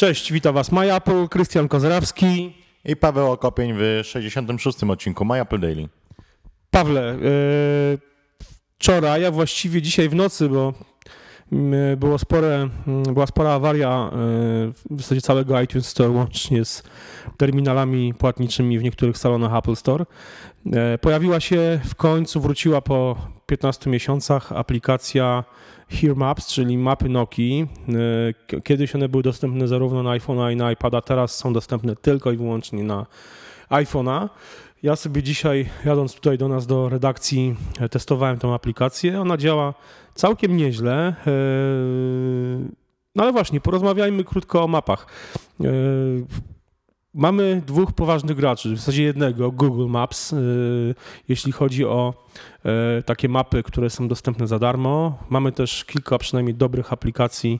Cześć, witam Was MyApple, Krystian Kozrawski. I Paweł Okopień w 66. odcinku MyApple Daily. Pawle, wczoraj, a właściwie dzisiaj w nocy, bo była spora awaria w zasadzie całego iTunes Store, łącznie z terminalami płatniczymi w niektórych salonach Apple Store. Pojawiła się w końcu, wróciła po 15 miesiącach aplikacja Here Maps, czyli mapy Nokii. Kiedyś one były dostępne zarówno na iPhone'a i na iPada, teraz są dostępne tylko i wyłącznie na iPhone'a. Ja sobie dzisiaj, jadąc tutaj do nas do redakcji, testowałem tę aplikację. Ona działa całkiem nieźle. No ale właśnie, porozmawiajmy krótko o mapach. Mamy dwóch poważnych graczy, w zasadzie jednego, Google Maps, jeśli chodzi o takie mapy, które są dostępne za darmo. Mamy też kilka przynajmniej dobrych aplikacji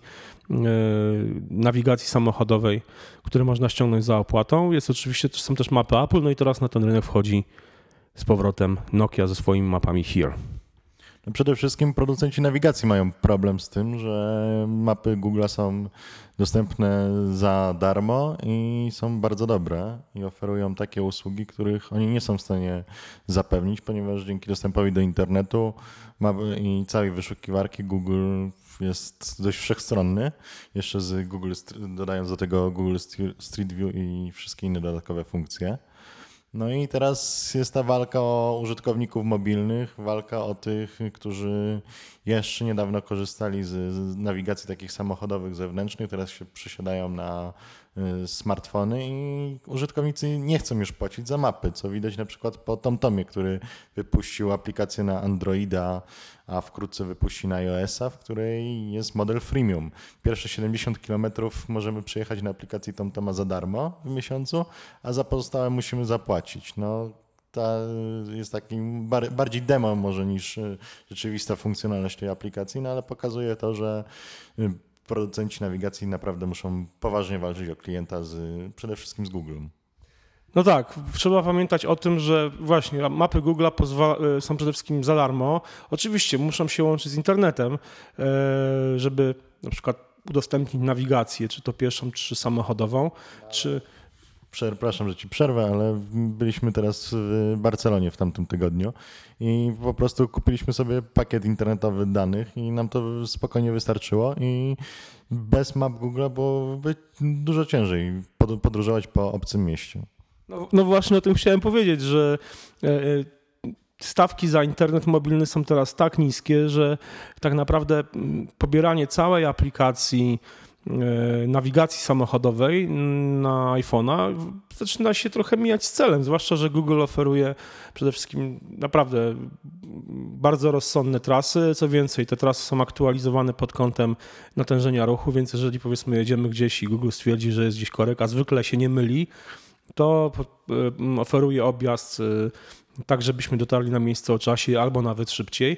nawigacji samochodowej, które można ściągnąć za opłatą. Są też mapy Apple, no i teraz na ten rynek wchodzi z powrotem Nokia ze swoimi mapami Here. No przede wszystkim producenci nawigacji mają problem z tym, że mapy Google są dostępne za darmo i są bardzo dobre i oferują takie usługi, których oni nie są w stanie zapewnić, ponieważ dzięki dostępowi do internetu i całej wyszukiwarki Google jest dość wszechstronny. Jeszcze dodając do tego Google Street View i wszystkie inne dodatkowe funkcje. No i teraz jest ta walka o użytkowników mobilnych, walka o tych, którzy jeszcze niedawno korzystali z nawigacji takich samochodowych zewnętrznych, teraz się przesiadają na smartfony i użytkownicy nie chcą już płacić za mapy, co widać na przykład po TomTomie, który wypuścił aplikację na Androida, a wkrótce wypuści na iOS-a, w której jest model freemium. Pierwsze 70 km możemy przejechać na aplikacji TomToma za darmo w miesiącu, a za pozostałe musimy zapłacić. No, to jest taki bardziej demo może niż rzeczywista funkcjonalność tej aplikacji, no ale pokazuje to, że producenci nawigacji naprawdę muszą poważnie walczyć o klienta przede wszystkim z Googlem. No tak, trzeba pamiętać o tym, że właśnie mapy Google'a są przede wszystkim za darmo. Oczywiście muszą się łączyć z internetem, żeby na przykład udostępnić nawigację, czy to pieszą, czy samochodową, czy... Przepraszam, że ci przerwę, ale byliśmy teraz w Barcelonie w tamtym tygodniu i po prostu kupiliśmy sobie pakiet internetowy danych i nam to spokojnie wystarczyło i bez map Google byłoby dużo ciężej podróżować po obcym mieście. No właśnie o tym chciałem powiedzieć, że stawki za internet mobilny są teraz tak niskie, że tak naprawdę pobieranie całej aplikacji nawigacji samochodowej na iPhone'a zaczyna się trochę mijać z celem, zwłaszcza, że Google oferuje przede wszystkim naprawdę bardzo rozsądne trasy. Co więcej, te trasy są aktualizowane pod kątem natężenia ruchu, więc jeżeli powiedzmy jedziemy gdzieś i Google stwierdzi, że jest gdzieś korek, a zwykle się nie myli, to oferuje objazd tak, żebyśmy dotarli na miejsce o czasie albo nawet szybciej.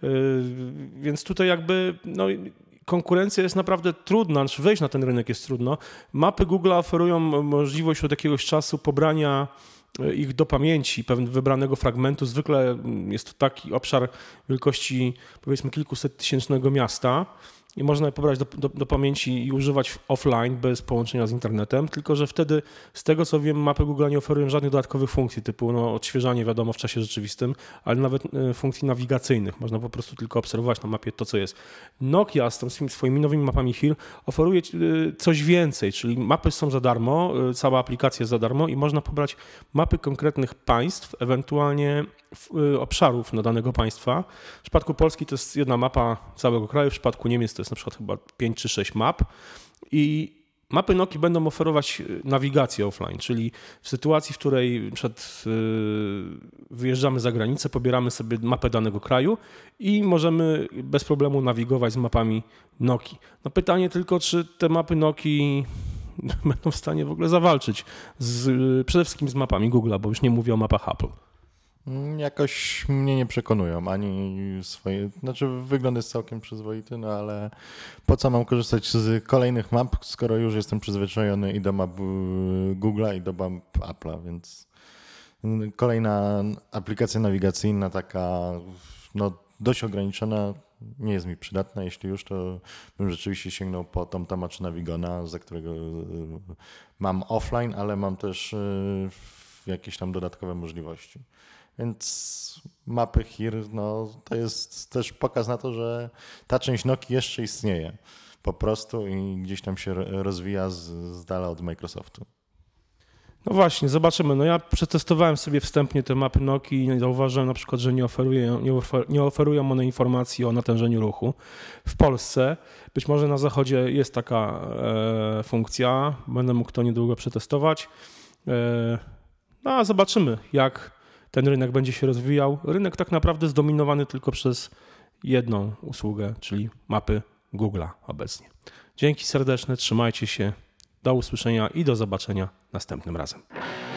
Więc tutaj jakby konkurencja jest naprawdę trudna, znaczy wejść na ten rynek jest trudno. Mapy Google oferują możliwość od jakiegoś czasu pobrania ich do pamięci wybranego fragmentu. Zwykle jest to taki obszar wielkości powiedzmy kilkusettysięcznego miasta i można je pobrać do pamięci i używać offline bez połączenia z internetem, tylko że wtedy z tego co wiem mapy Google nie oferują żadnych dodatkowych funkcji typu odświeżanie wiadomo w czasie rzeczywistym, ale nawet funkcji nawigacyjnych. Można po prostu tylko obserwować na mapie to co jest. Nokia z tymi swoimi nowymi mapami Here oferuje coś więcej, czyli mapy są za darmo, cała aplikacja jest za darmo i można pobrać mapy konkretnych państw, ewentualnie obszarów na danego państwa. W przypadku Polski to jest jedna mapa całego kraju, w przypadku Niemiec to jest na przykład chyba 5 czy 6 map i mapy Nokii będą oferować nawigację offline, czyli w sytuacji, w której wyjeżdżamy za granicę, pobieramy sobie mapę danego kraju i możemy bez problemu nawigować z mapami Nokii. No pytanie tylko, czy te mapy Nokii będą w stanie w ogóle zawalczyć przede wszystkim z mapami Google'a, bo już nie mówię o mapach Apple. Jakoś mnie nie przekonują, ani wygląd jest całkiem przyzwoity, no ale po co mam korzystać z kolejnych map, skoro już jestem przyzwyczajony i do map Google'a i do map Apple'a, więc kolejna aplikacja nawigacyjna taka dość ograniczona, nie jest mi przydatna. Jeśli już, to bym rzeczywiście sięgnął po TomToma czy Navigona, za którego mam offline, ale mam też jakieś tam dodatkowe możliwości. Więc mapy HIR to jest też pokaz na to, że ta część Nokii jeszcze istnieje po prostu i gdzieś tam się rozwija z dala od Microsoftu. No właśnie, zobaczymy. No ja przetestowałem sobie wstępnie te mapy Nokii i zauważyłem na przykład, że nie oferują one informacji o natężeniu ruchu. W Polsce, być może na zachodzie jest taka funkcja, będę mógł to niedługo przetestować. No a zobaczymy, jak ten rynek będzie się rozwijał. Rynek tak naprawdę zdominowany tylko przez jedną usługę, czyli mapy Google'a obecnie. Dzięki serdeczne, trzymajcie się, do usłyszenia i do zobaczenia następnym razem.